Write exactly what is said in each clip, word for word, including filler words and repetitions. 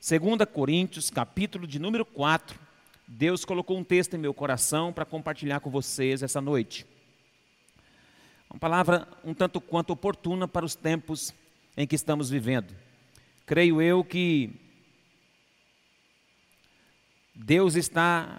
Segunda Coríntios, capítulo de número quatro. Deus colocou um texto em meu coração para compartilhar com vocês essa noite. Uma palavra um tanto quanto oportuna para os tempos em que estamos vivendo. Creio eu que Deus está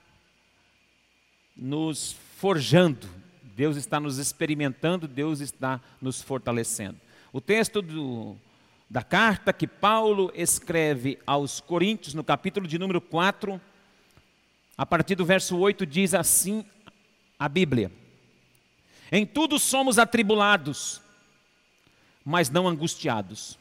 nos forjando, Deus está nos experimentando, Deus está nos fortalecendo. O texto do, da carta que Paulo escreve aos Coríntios, no capítulo de número quatro, a partir do verso oito, diz assim a Bíblia: em tudo somos atribulados, mas não angustiados,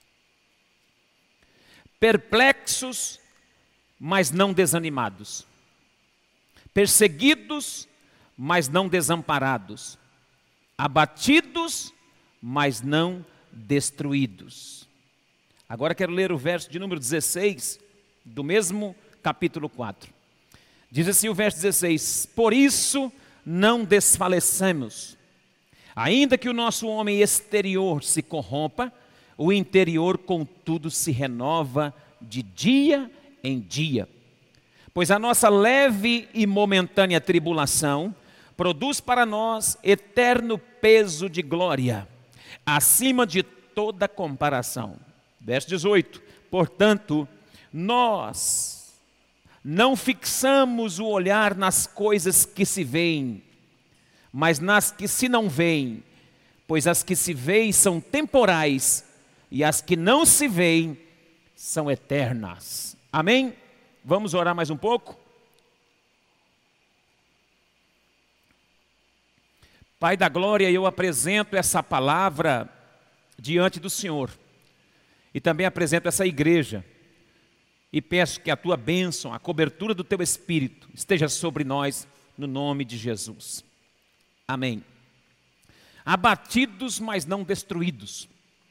perplexos, mas não desanimados, perseguidos, mas não desamparados, abatidos, mas não destruídos. Agora quero ler o verso de número dezesseis, do mesmo capítulo quatro. Diz assim o verso dezesseis: por isso não desfalecemos, ainda que o nosso homem exterior se corrompa, o interior contudo se renova de dia em dia. Pois a nossa leve e momentânea tribulação produz para nós eterno peso de glória, acima de toda comparação. Verso dezoito: portanto, nós não fixamos o olhar nas coisas que se veem, mas nas que se não veem, pois as que se veem são temporais e as que não se veem são eternas. Amém? Vamos orar mais um pouco? Pai da glória, eu apresento essa palavra diante do Senhor e também apresento essa igreja e peço que a tua bênção, a cobertura do teu Espírito esteja sobre nós no nome de Jesus. Amém. Abatidos, mas não destruídos.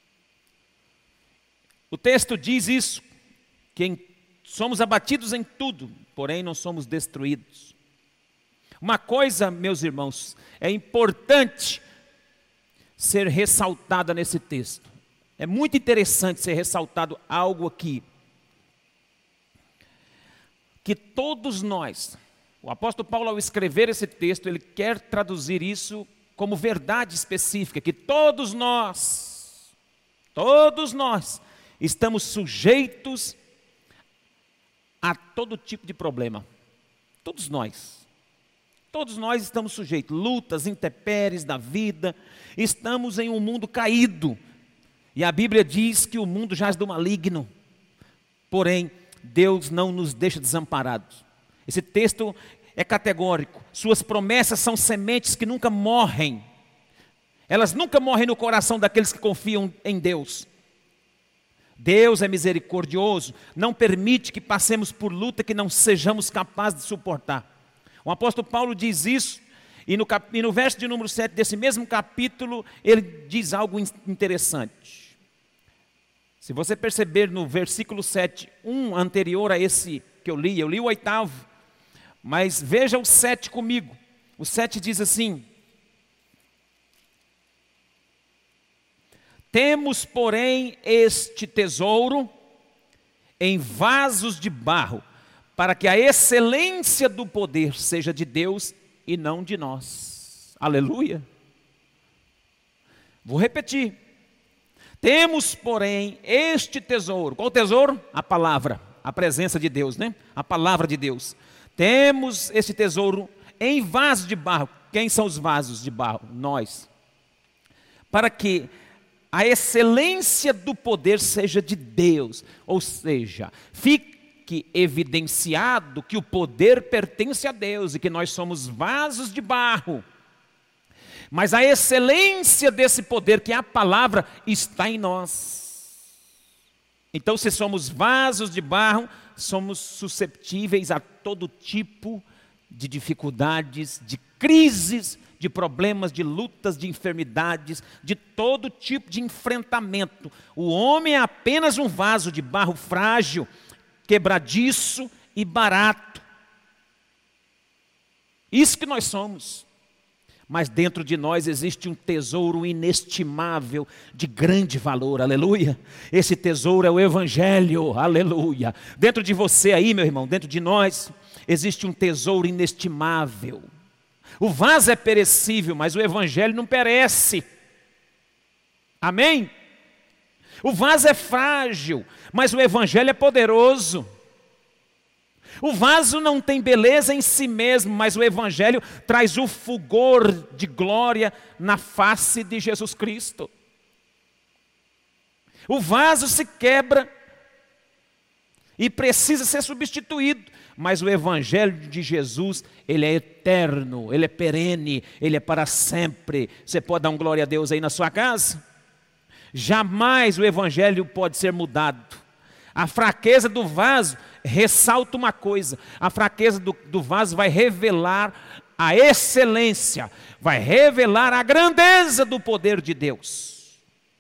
O texto diz isso, que em, somos abatidos em tudo, porém não somos destruídos. Uma coisa, meus irmãos, é importante ser ressaltada nesse texto. É muito interessante ser ressaltado algo aqui. Que todos nós, o apóstolo Paulo, ao escrever esse texto, ele quer traduzir isso como verdade específica, que todos nós, todos nós, estamos sujeitos a todo tipo de problema. Todos nós. Todos nós estamos sujeitos. Lutas, intempéries da vida. Estamos em um mundo caído. E a Bíblia diz que o mundo jaz do maligno. Porém, Deus não nos deixa desamparados. Esse texto é categórico. Suas promessas são sementes que nunca morrem. Elas nunca morrem no coração daqueles que confiam em Deus. Deus é misericordioso, não permite que passemos por luta que não sejamos capazes de suportar. O apóstolo Paulo diz isso, e no, cap... e no verso de número sete desse mesmo capítulo, ele diz algo interessante. Se você perceber no versículo sete, um anterior a esse que eu li, eu li o oitavo, mas veja o sete comigo. O sete diz assim: temos, porém, este tesouro em vasos de barro, para que a excelência do poder seja de Deus e não de nós. Aleluia. Vou repetir. Temos, porém, este tesouro. Qual tesouro? A palavra, a presença de Deus, né? A palavra de Deus. Temos este tesouro em vasos de barro. Quem são os vasos de barro? Nós. Para que a excelência do poder seja de Deus. Ou seja, fique evidenciado que o poder pertence a Deus e que nós somos vasos de barro. Mas a excelência desse poder, que é a palavra, está em nós. Então, se somos vasos de barro, somos susceptíveis a todo tipo de dificuldades, de crises, de problemas, de lutas, de enfermidades, de todo tipo de enfrentamento. O homem é apenas um vaso de barro frágil, quebradiço e barato. Isso que nós somos. mas dentro de nós existe um tesouro inestimável, de grande valor, aleluia. Esse tesouro é o Evangelho, aleluia. Dentro de você aí, meu irmão, dentro de nós, existe um tesouro inestimável. O vaso é perecível, mas o Evangelho não perece. Amém? O vaso é frágil, mas o Evangelho é poderoso. O vaso não tem beleza em si mesmo, mas o Evangelho traz o fulgor de glória na face de Jesus Cristo. O vaso se quebra e precisa ser substituído, mas o Evangelho de Jesus, ele é eterno, ele é perene, ele é para sempre. Você pode dar um glória a Deus aí na sua casa? Jamais o Evangelho pode ser mudado. A fraqueza do vaso ressalta uma coisa: a fraqueza do, do vaso vai revelar a excelência, vai revelar a grandeza do poder de Deus.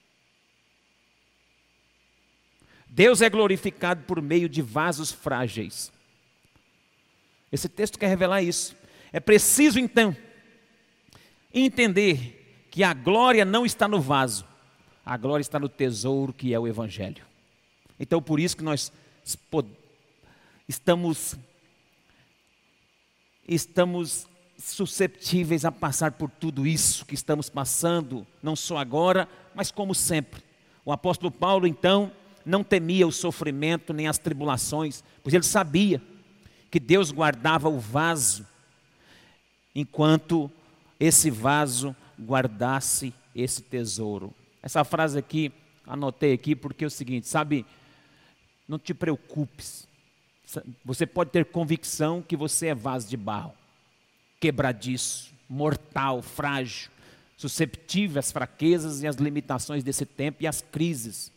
Deus é glorificado por meio de vasos frágeis. Esse texto quer revelar isso. É preciso então entender que a glória não está no vaso, a glória está no tesouro que é o Evangelho. Então por isso que nós estamos, estamos susceptíveis a passar por tudo isso que estamos passando, não só agora, mas como sempre. O apóstolo Paulo então não temia o sofrimento nem as tribulações, pois ele sabia que Deus guardava o vaso, enquanto esse vaso guardasse esse tesouro. Essa frase aqui, anotei aqui porque é o seguinte, sabe, não te preocupes, você pode ter convicção que você é vaso de barro, quebradiço, mortal, frágil, susceptível às fraquezas e às limitações desse tempo e às crises.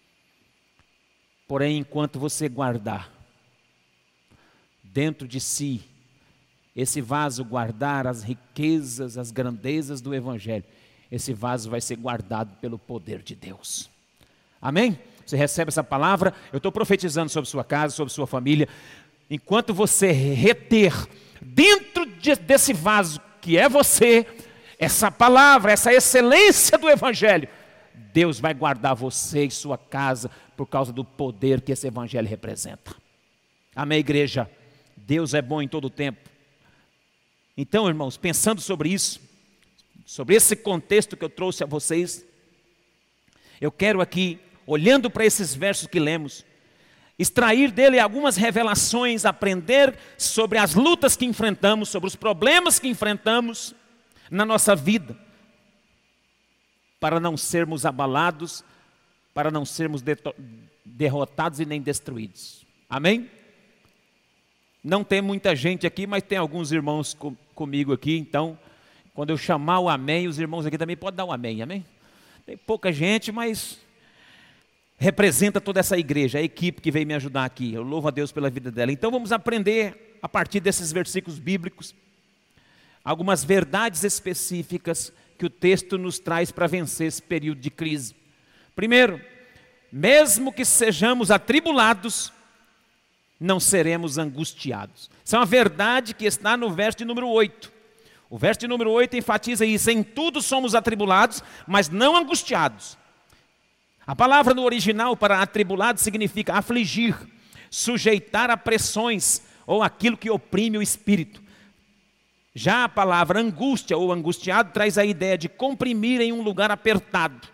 Porém, enquanto você guardar dentro de si, esse vaso guardar as riquezas, as grandezas do Evangelho, esse vaso vai ser guardado pelo poder de Deus. Amém? Você recebe essa palavra? Eu estou profetizando sobre sua casa, sobre sua família. Enquanto você reter dentro de, desse vaso que é você, essa palavra, essa excelência do Evangelho, Deus vai guardar você e sua casa por causa do poder que esse Evangelho representa. Amém, igreja? Deus é bom em todo o tempo. Então, irmãos, pensando sobre isso, sobre esse contexto que eu trouxe a vocês, eu quero aqui, olhando para esses versos que lemos, extrair dele algumas revelações, aprender sobre as lutas que enfrentamos, sobre os problemas que enfrentamos na nossa vida, para não sermos abalados, para não sermos derrotados e nem destruídos. Amém? Não tem muita gente aqui, mas tem alguns irmãos com, comigo aqui, então, quando eu chamar o amém, os irmãos aqui também podem dar um amém, amém? Tem pouca gente, mas representa toda essa igreja, a equipe que veio me ajudar aqui. Eu louvo a Deus pela vida dela. Então vamos aprender, a partir desses versículos bíblicos, algumas verdades específicas que o texto nos traz para vencer esse período de crise. Primeiro, mesmo que sejamos atribulados, não seremos angustiados. Isso é uma verdade que está no verso de número oito. O verso de número oito enfatiza isso: em tudo somos atribulados, mas não angustiados. A palavra no original para atribulado significa afligir, sujeitar a pressões ou aquilo que oprime o espírito. Já a palavra angústia ou angustiado traz a ideia de comprimir em um lugar apertado.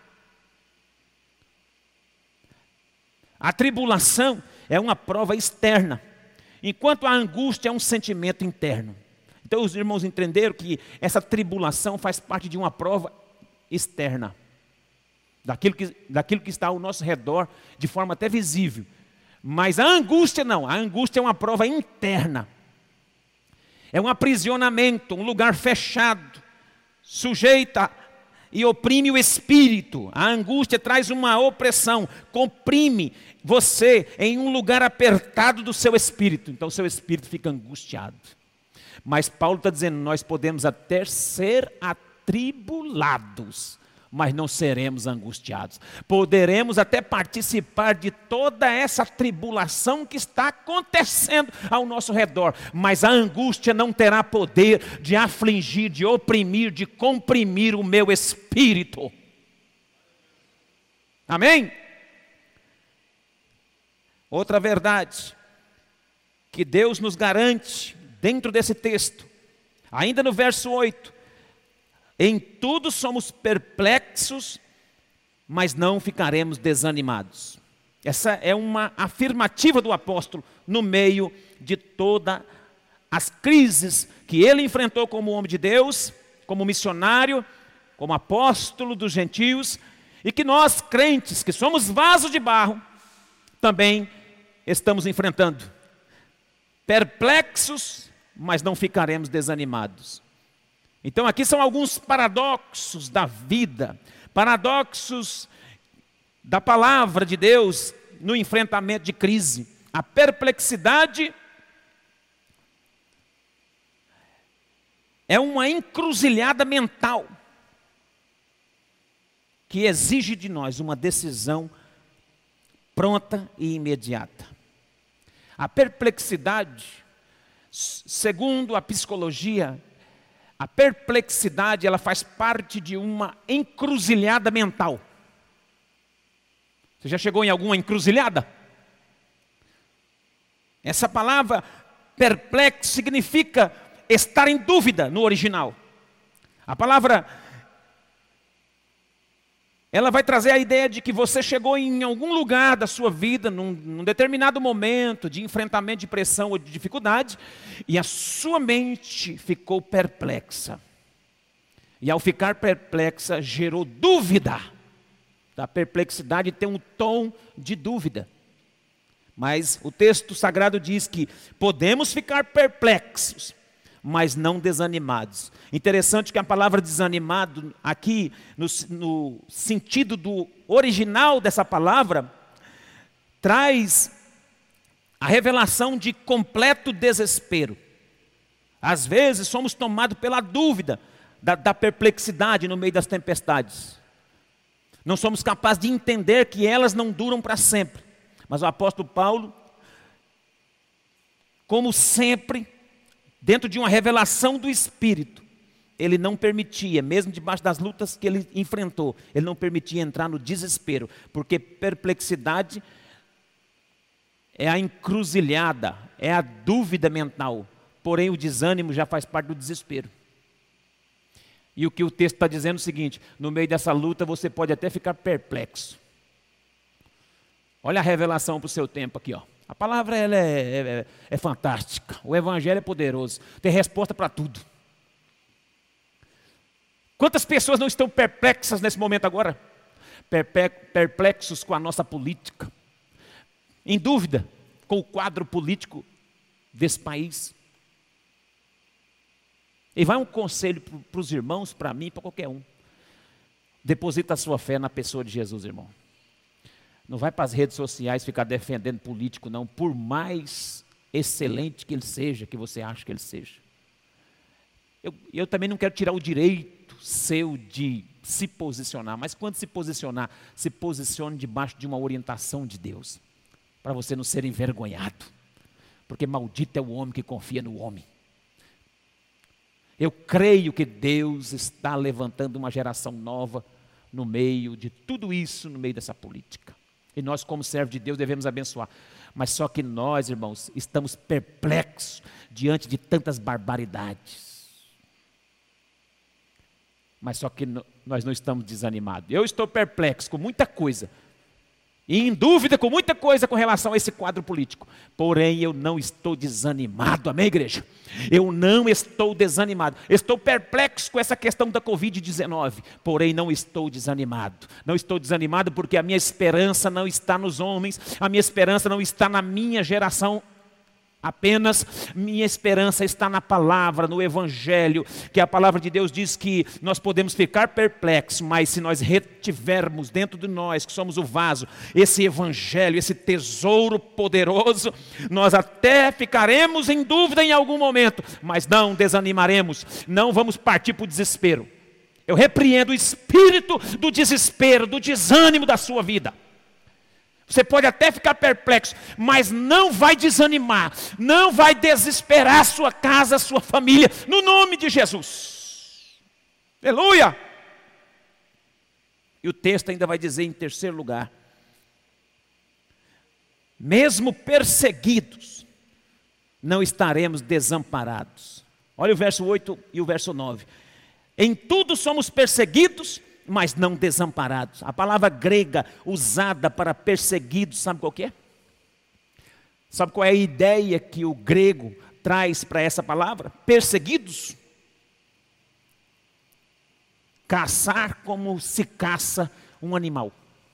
A tribulação é uma prova externa, enquanto a angústia é um sentimento interno. Então os irmãos entenderam que essa tribulação faz parte de uma prova externa, daquilo que, daquilo que está ao nosso redor, de forma até visível. Mas a angústia não, a angústia é uma prova interna. É um aprisionamento, um lugar fechado, sujeita e oprime o espírito. A angústia traz uma opressão, comprime você em um lugar apertado do seu espírito. Então o seu espírito fica angustiado. Mas Paulo está dizendo, nós podemos até ser atribulados, mas não seremos angustiados. Poderemos até participar de toda essa tribulação que está acontecendo ao nosso redor, mas a angústia não terá poder de afligir, de oprimir, de comprimir o meu espírito. Amém? Outra verdade que Deus nos garante dentro desse texto, ainda no verso oito, em tudo somos perplexos, mas não ficaremos desanimados. Essa é uma afirmativa do apóstolo no meio de todas as crises que ele enfrentou como homem de Deus, como missionário, como apóstolo dos gentios, e que nós, crentes, que somos vasos de barro, também estamos enfrentando. Perplexos, mas não ficaremos desanimados. Então aqui são alguns paradoxos da vida, paradoxos da palavra de Deus no enfrentamento de crise. A perplexidade é uma encruzilhada mental que exige de nós uma decisão pronta e imediata. A perplexidade, segundo a psicologia, a perplexidade, ela faz parte de uma encruzilhada mental. Você já chegou em alguma encruzilhada? Essa palavra perplexo significa estar em dúvida no original. A palavra, ela vai trazer a ideia de que você chegou em algum lugar da sua vida, num, num determinado momento de enfrentamento de pressão ou de dificuldade, e a sua mente ficou perplexa. E ao ficar perplexa, gerou dúvida. A perplexidade tem um tom de dúvida. Mas o texto sagrado diz que podemos ficar perplexos, mas não desanimados. Interessante que a palavra desanimado aqui, no, no sentido do original dessa palavra, traz a revelação de completo desespero. Às vezes somos tomados pela dúvida, da, da perplexidade no meio das tempestades. Não somos capazes de entender que elas não duram para sempre. Mas o apóstolo Paulo, como sempre, dentro de uma revelação do Espírito, ele não permitia, mesmo debaixo das lutas que ele enfrentou, ele não permitia entrar no desespero, porque perplexidade é a encruzilhada, é a dúvida mental, porém o desânimo já faz parte do desespero. E o que o texto está dizendo é o seguinte: no meio dessa luta você pode até ficar perplexo. Olha a revelação para o seu tempo aqui, ó. A palavra ela é, é, é fantástica, o evangelho é poderoso, tem resposta para tudo. Quantas pessoas não estão perplexas nesse momento agora? Perplexos com a nossa política, em dúvida com o quadro político desse país. E vai um conselho para os irmãos, para mim, para qualquer um. Deposita a sua fé na pessoa de Jesus, irmão. Não vai para as redes sociais ficar defendendo político, não, por mais excelente que ele seja, que você acha que ele seja. Eu, eu também não quero tirar o direito seu de se posicionar, mas quando se posicionar, se posicione debaixo de uma orientação de Deus, para você não ser envergonhado, porque maldito é o homem que confia no homem. Eu creio que Deus está levantando uma geração nova no meio de tudo isso, no meio dessa política. E nós, como servos de Deus, devemos abençoar. Mas só que nós, irmãos, estamos perplexos diante de tantas barbaridades. Mas só que no, nós não estamos desanimados. Eu estou perplexo com muita coisa. E em dúvida com muita coisa com relação a esse quadro político. Porém, eu não estou desanimado. Amém, igreja? Eu não estou desanimado. Estou perplexo com essa questão da covid dezenove. Porém, não estou desanimado. Não estou desanimado porque a minha esperança não está nos homens. A minha esperança não está na minha geração. Apenas minha esperança está na palavra, no evangelho, que a palavra de Deus diz que nós podemos ficar perplexos, mas se nós retivermos dentro de nós, que somos o vaso, esse evangelho, esse tesouro poderoso, nós até ficaremos em dúvida em algum momento, mas não desanimaremos, não vamos partir para o desespero. Eu repreendo o espírito do desespero, do desânimo da sua vida. Você pode até ficar perplexo, mas não vai desanimar, não vai desesperar a sua casa, a sua família, no nome de Jesus. Aleluia! E o texto ainda vai dizer em terceiro lugar: mesmo perseguidos, não estaremos desamparados. Olha o verso oito e o verso nove. Em tudo somos perseguidos, mas não desamparados. A palavra grega usada para perseguidos, sabe qual que é? Sabe qual é a ideia que o grego traz para essa palavra? Perseguidos. Caçar como se caça um animal.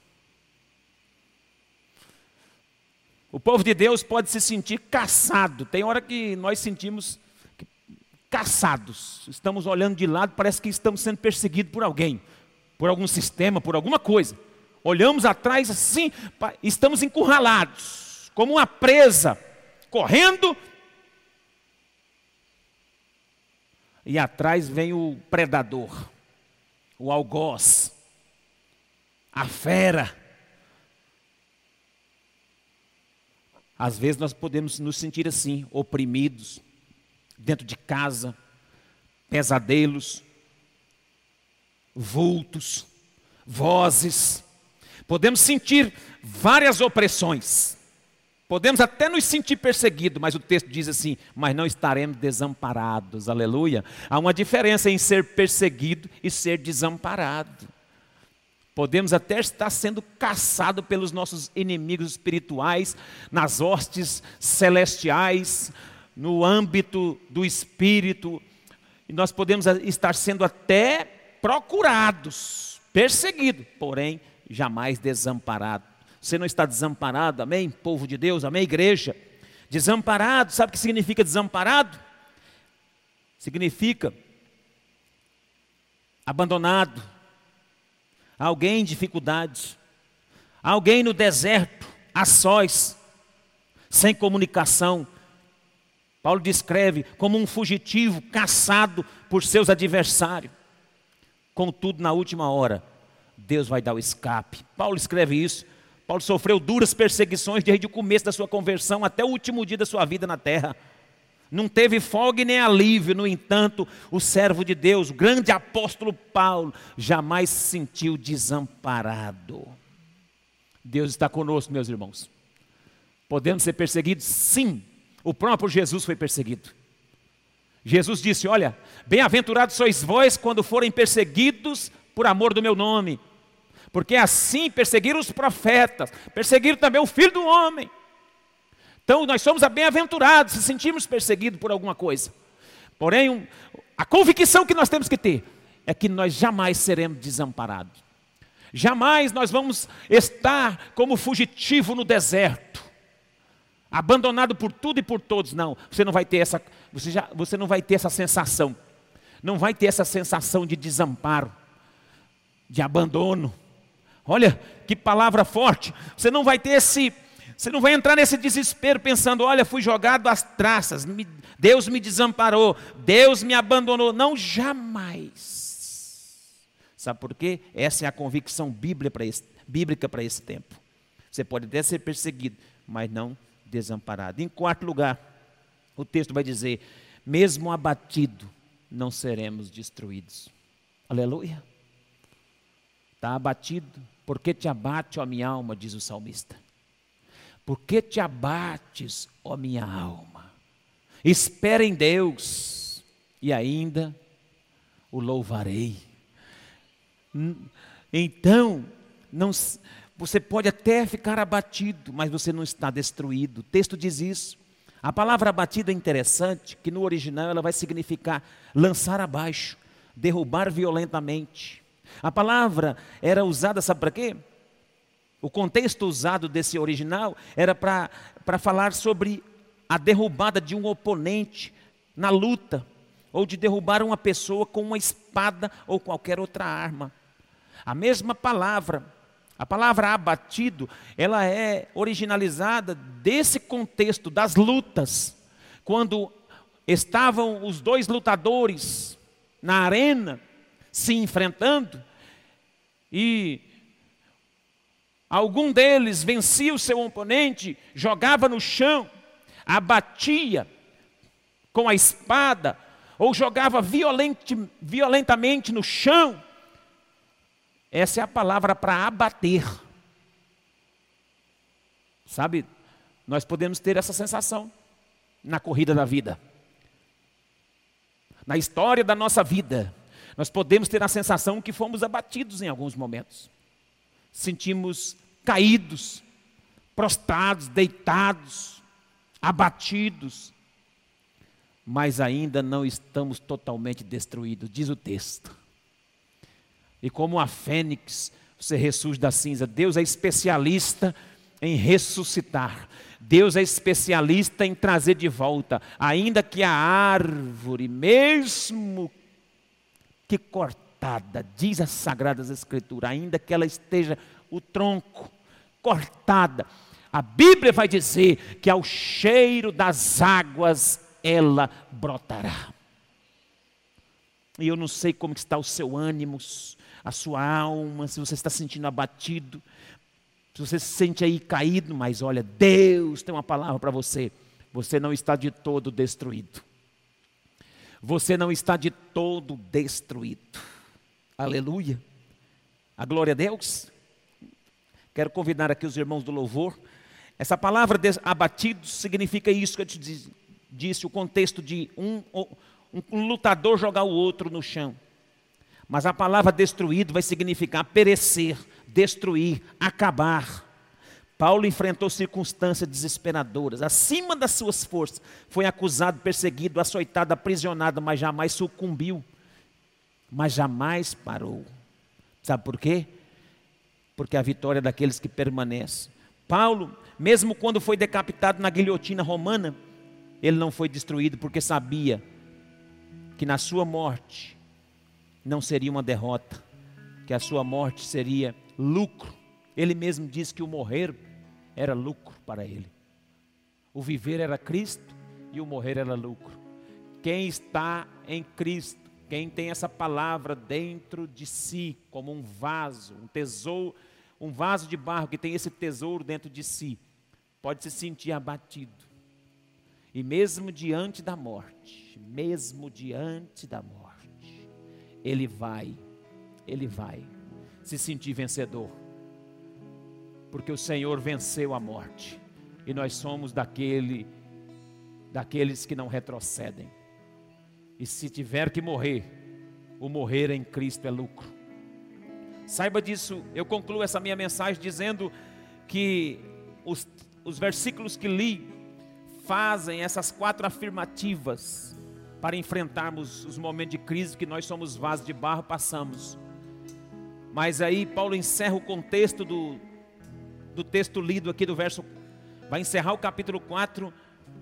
O povo de Deus pode se sentir caçado. Tem hora que nós sentimos caçados. Estamos olhando de lado, parece que estamos sendo perseguidos por alguém, por algum sistema, por alguma coisa. Olhamos atrás assim, estamos encurralados, como uma presa, correndo. E atrás vem o predador, o algoz, a fera. Às vezes nós podemos nos sentir assim, oprimidos, dentro de casa, pesadelos, vultos, vozes. Podemos sentir várias opressões. Podemos até nos sentir perseguidos, mas o texto diz assim: mas não estaremos desamparados, aleluia. Há uma diferença em ser perseguido e ser desamparado. Podemos até estar sendo caçados pelos nossos inimigos espirituais, nas hostes celestiais, no âmbito do espírito. E nós podemos estar sendo até procurados, perseguidos, porém jamais desamparados. Você não está desamparado, amém? Povo de Deus, amém, igreja? Desamparado, sabe o que significa desamparado? Significa abandonado, alguém em dificuldade, alguém no deserto, a sós, sem comunicação. Paulo descreve como um fugitivo caçado por seus adversários. Contudo, na última hora, Deus vai dar o escape. Paulo escreve isso. Paulo sofreu duras perseguições desde o começo da sua conversão até o último dia da sua vida na terra. Não teve folga nem alívio. No entanto, o servo de Deus, o grande apóstolo Paulo, jamais se sentiu desamparado. Deus está conosco, meus irmãos. Podemos ser perseguidos? Sim. O próprio Jesus foi perseguido. Jesus disse: olha, bem-aventurados sois vós quando forem perseguidos por amor do meu nome. Porque assim perseguiram os profetas, perseguiram também o Filho do Homem. Então nós somos bem-aventurados se sentirmos perseguidos por alguma coisa. Porém, um, a convicção que nós temos que ter é que nós jamais seremos desamparados. Jamais nós vamos estar como fugitivo no deserto, abandonado por tudo e por todos. Não, você não vai ter essa, você já, você não vai ter essa sensação. Não vai ter essa sensação de desamparo, de abandono. Olha, que palavra forte. Você não vai ter esse, você não vai entrar nesse desespero pensando: olha, fui jogado às traças, me, Deus me desamparou, Deus me abandonou. Não, jamais. Sabe por quê? Essa é a convicção bíblica para esse, bíblica para esse tempo. Você pode até ser perseguido, mas não desamparado. Em quarto lugar, o texto vai dizer: mesmo abatido, não seremos destruídos. Aleluia. Está abatido? Por que te abate, ó minha alma, diz o salmista. Por que te abates, ó minha alma? Espera em Deus, e ainda o louvarei. Então, não, você pode até ficar abatido, mas você não está destruído. O texto diz isso. A palavra abatido é interessante, que no original ela vai significar lançar abaixo, derrubar violentamente. A palavra era usada, sabe para quê? O contexto usado desse original era para para falar sobre a derrubada de um oponente na luta, ou de derrubar uma pessoa com uma espada ou qualquer outra arma. A mesma palavra, a palavra abatido, ela é originalizada desse contexto das lutas, quando estavam os dois lutadores na arena, se enfrentando, e algum deles vencia o seu oponente, jogava no chão, abatia com a espada, ou jogava violente, violentamente no chão. Essa é a palavra para abater. Sabe, nós podemos ter essa sensação na corrida da vida. Na história da nossa vida, nós podemos ter a sensação que fomos abatidos em alguns momentos. Sentimos caídos, prostrados, deitados, abatidos, mas ainda não estamos totalmente destruídos, diz o texto. E como a fênix, você ressurge da cinza. Deus é especialista em ressuscitar. Deus é especialista em trazer de volta, ainda que a árvore, mesmo que cortada, diz as Sagradas Escrituras, ainda que ela esteja, o tronco, cortada, a Bíblia vai dizer que ao cheiro das águas ela brotará. E eu não sei como está o seu ânimo, a sua alma, se você está se sentindo abatido, se você se sente aí caído, mas olha, Deus tem uma palavra para você. Você não está de todo destruído. Você não está de todo destruído. Aleluia. A glória a Deus. Quero convidar aqui os irmãos do louvor. Essa palavra de abatido significa isso que eu te disse, o contexto de um, um, um lutador jogar o outro no chão. Mas a palavra destruído vai significar perecer, destruir, acabar. Paulo enfrentou circunstâncias desesperadoras, acima das suas forças. Foi acusado, perseguido, açoitado, aprisionado, mas jamais sucumbiu. Mas jamais parou. Sabe por quê? Porque a vitória é daqueles que permanecem. Paulo, mesmo quando foi decapitado na guilhotina romana, ele não foi destruído porque sabia que na sua morte não seria uma derrota, que a sua morte seria lucro. Ele mesmo disse que o morrer era lucro para ele. O viver era Cristo e o morrer era lucro. Quem está em Cristo, quem tem essa palavra dentro de si, como um vaso, um tesouro, um vaso de barro que tem esse tesouro dentro de si, pode se sentir abatido. E mesmo diante da morte, mesmo diante da morte, ele vai, ele vai se sentir vencedor. Porque o Senhor venceu a morte. E nós somos daquele, daqueles que não retrocedem. E se tiver que morrer, o morrer em Cristo é lucro. Saiba disso. Eu concluo essa minha mensagem dizendo que os, os versículos que li fazem essas quatro afirmativas para enfrentarmos os momentos de crise que nós somos vasos de barro, passamos. Mas aí Paulo encerra o contexto do, do texto lido aqui do verso, vai encerrar o capítulo quatro,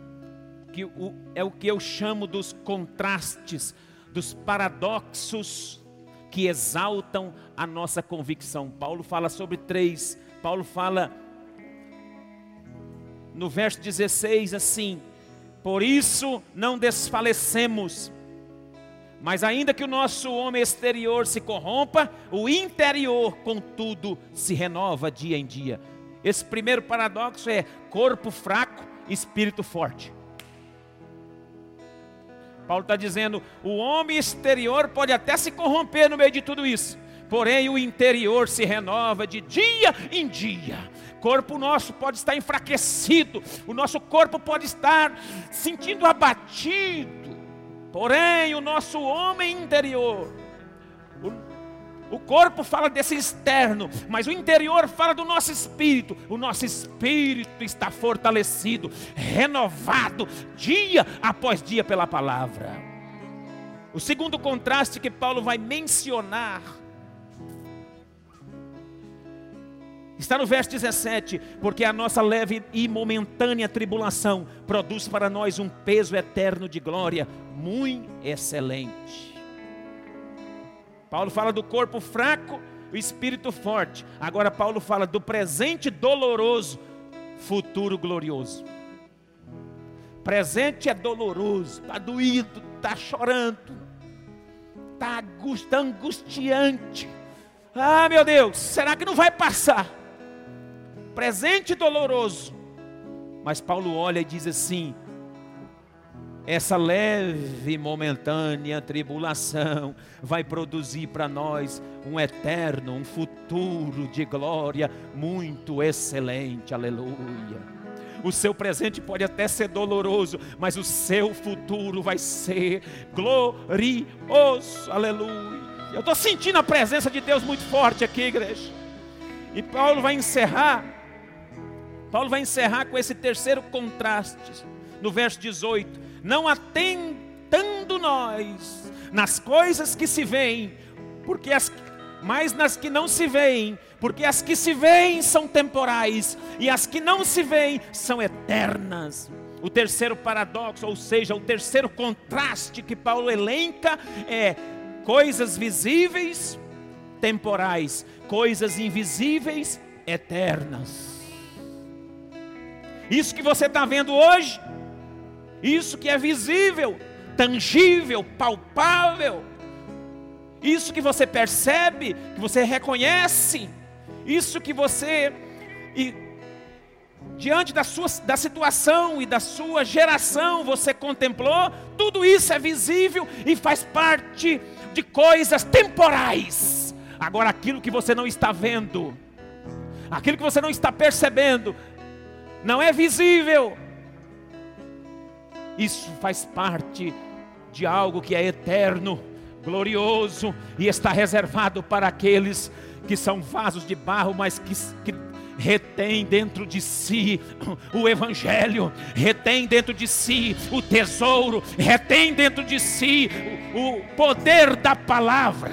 que o, é o que eu chamo dos contrastes, dos paradoxos que exaltam a nossa convicção. Paulo fala sobre três. Paulo fala no verso dezesseis assim: por isso não desfalecemos, mas ainda que o nosso homem exterior se corrompa, o interior, contudo, se renova dia em dia. Esse primeiro paradoxo é corpo fraco, espírito forte. Paulo está dizendo, o homem exterior pode até se corromper no meio de tudo isso, porém o interior se renova de dia em dia. O corpo nosso pode estar enfraquecido, o nosso corpo pode estar sentindo abatido, porém o nosso homem interior, o, o corpo fala desse externo, mas o interior fala do nosso espírito. O nosso espírito está fortalecido, renovado, dia após dia pela palavra. O segundo contraste que Paulo vai mencionar está no verso dezessete, porque a nossa leve e momentânea tribulação produz para nós um peso eterno de glória, muito excelente. Paulo fala do corpo fraco, o espírito forte. Agora Paulo fala do presente doloroso, futuro glorioso. Presente é doloroso, está doído, está chorando. está angustiante. Ah, meu Deus, será que não vai passar? Presente doloroso. Mas Paulo olha e diz assim: essa leve e momentânea tribulação vai produzir para nós um eterno, um futuro de glória muito excelente. Aleluia. O seu presente pode até ser doloroso, mas o seu futuro vai ser glorioso. Aleluia. Eu estou sentindo a presença de Deus muito forte aqui, igreja. E Paulo vai encerrar, Paulo vai encerrar com esse terceiro contraste, no verso dezoito. Não atentando nós nas coisas que se veem, porque as, mas nas que não se veem, porque as que se veem são temporais, e as que não se veem são eternas. O terceiro paradoxo, ou seja, o terceiro contraste que Paulo elenca é coisas visíveis, temporais, coisas invisíveis, eternas. Isso que você está vendo hoje, isso que é visível, tangível, palpável, isso que você percebe, que você reconhece, isso que você, e, diante da, sua, da situação e da sua geração, você contemplou, tudo isso é visível e faz parte de coisas temporais. Agora, aquilo que você não está vendo, aquilo que você não está percebendo, não é visível. Isso faz parte de algo que é eterno, glorioso, e está reservado para aqueles que são vasos de barro, mas que, que retém dentro de si o evangelho, retém dentro de si o tesouro, retém dentro de si o, o poder da palavra.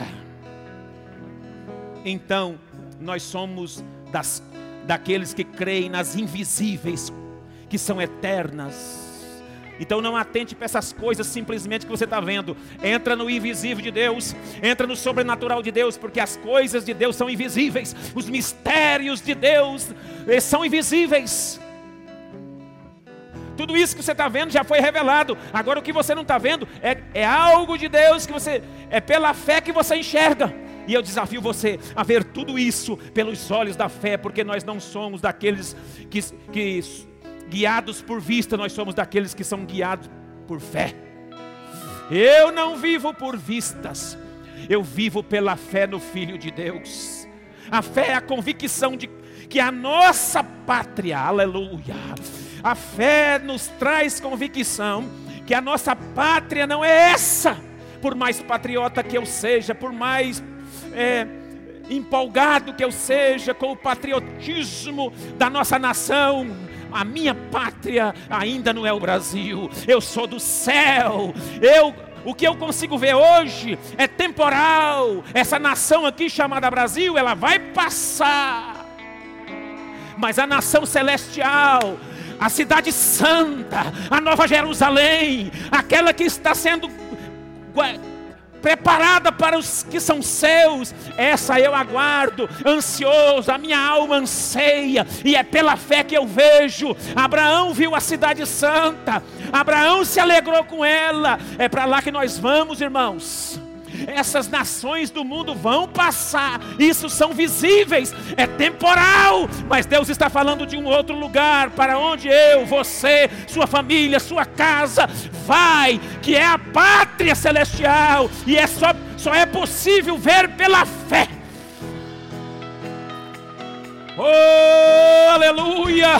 Então, nós somos das, daqueles que creem nas invisíveis, que são eternas. Então não atente para essas coisas simplesmente que você está vendo. Entra no invisível de Deus, entra no sobrenatural de Deus, porque as coisas de Deus são invisíveis. Os mistérios de Deus são invisíveis. Tudo isso que você está vendo já foi revelado. Agora o que você não está vendo é, é algo de Deus que você, é pela fé que você enxerga. E eu desafio você a ver tudo isso pelos olhos da fé, porque nós não somos daqueles que... que guiados por vista, nós somos daqueles que são guiados por fé. Eu não vivo por vistas, eu vivo pela fé no Filho de Deus. A fé é a convicção de que a nossa pátria, aleluia, a fé nos traz convicção que a nossa pátria não é essa. Por mais patriota que eu seja, por mais é, empolgado que eu seja com o patriotismo da nossa nação, a minha pátria ainda não é o Brasil. Eu sou do céu. Eu, o que eu consigo ver hoje é temporal. Essa nação aqui chamada Brasil, ela vai passar. Mas a nação celestial, a cidade santa, a Nova Jerusalém, aquela que está sendo preparada para os que são seus, essa eu aguardo, ansioso, a minha alma anseia, e é pela fé que eu vejo. Abraão viu a cidade santa, Abraão se alegrou com ela. É para lá que nós vamos, irmãos. Essas nações do mundo vão passar, isso são visíveis, é temporal, mas Deus está falando de um outro lugar, para onde eu, você, sua família, sua casa vai, que é a pátria celestial, e é só, só é possível ver pela fé. Oh, aleluia!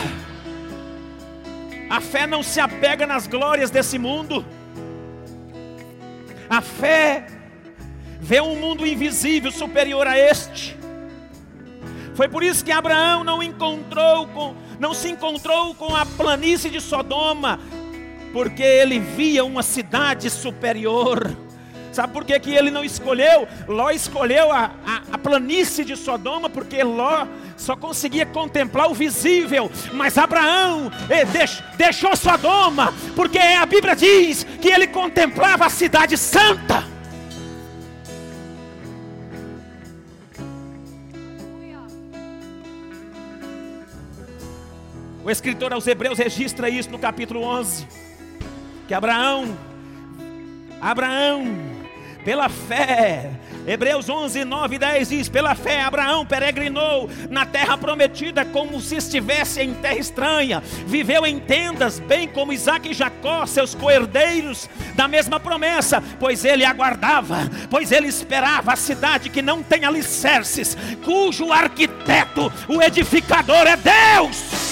A fé não se apega nas glórias desse mundo. A fé vê um mundo invisível superior a este. Foi por isso que Abraão não encontrou com, não se encontrou com a planície de Sodoma, porque ele via uma cidade superior. Sabe por que que ele não escolheu? Ló escolheu a, a, a planície de Sodoma, porque Ló só conseguia contemplar o visível. Mas Abraão eh, deix, deixou Sodoma, porque a Bíblia diz que ele contemplava a cidade santa. O escritor aos Hebreus registra isso no capítulo onze, que Abraão, Abraão Pela fé, Hebreus onze, nove e dez diz: pela fé Abraão peregrinou na terra prometida como se estivesse em terra estranha, viveu em tendas, bem como Isaque e Jacó, seus co-herdeiros da mesma promessa, pois ele aguardava, pois ele esperava a cidade que não tem alicerces, cujo arquiteto, o edificador é Deus.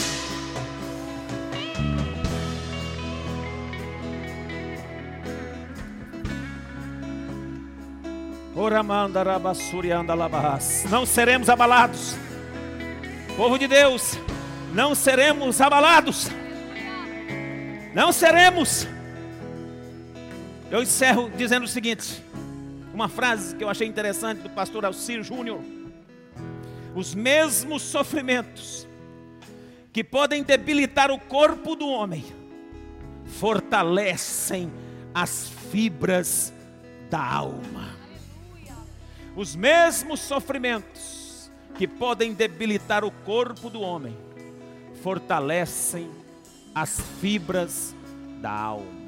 Não seremos abalados, povo de Deus, não seremos abalados, não seremos. Eu encerro dizendo o seguinte, uma frase que eu achei interessante do pastor Alcir Júnior: os mesmos sofrimentos que podem debilitar o corpo do homem fortalecem as fibras da alma. Os mesmos sofrimentos que podem debilitar o corpo do homem fortalecem as fibras da alma.